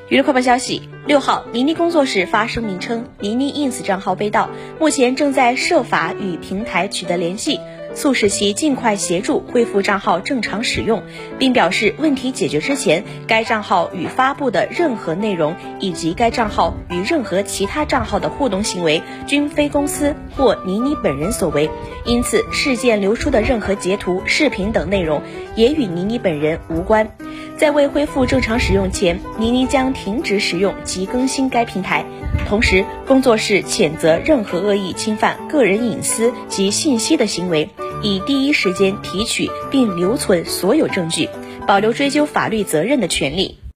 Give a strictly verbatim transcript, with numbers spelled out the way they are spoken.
娱乐快报消息，六号，倪妮工作室发声明称，倪妮 ins 账号被盗，目前正在设法与平台取得联系，促使其尽快协助恢复账号正常使用，并表示问题解决之前，该账号与发布的任何内容以及该账号与任何其他账号的互动行为均非公司或倪妮本人所为，因此事件流出的任何截图、视频等内容也与倪妮本人无关。在未恢复正常使用前，倪妮将停止使用及更新该平台。同时，工作室谴责任何恶意侵犯个人隐私及信息的行为，以第一时间提取并留存所有证据，保留追究法律责任的权利。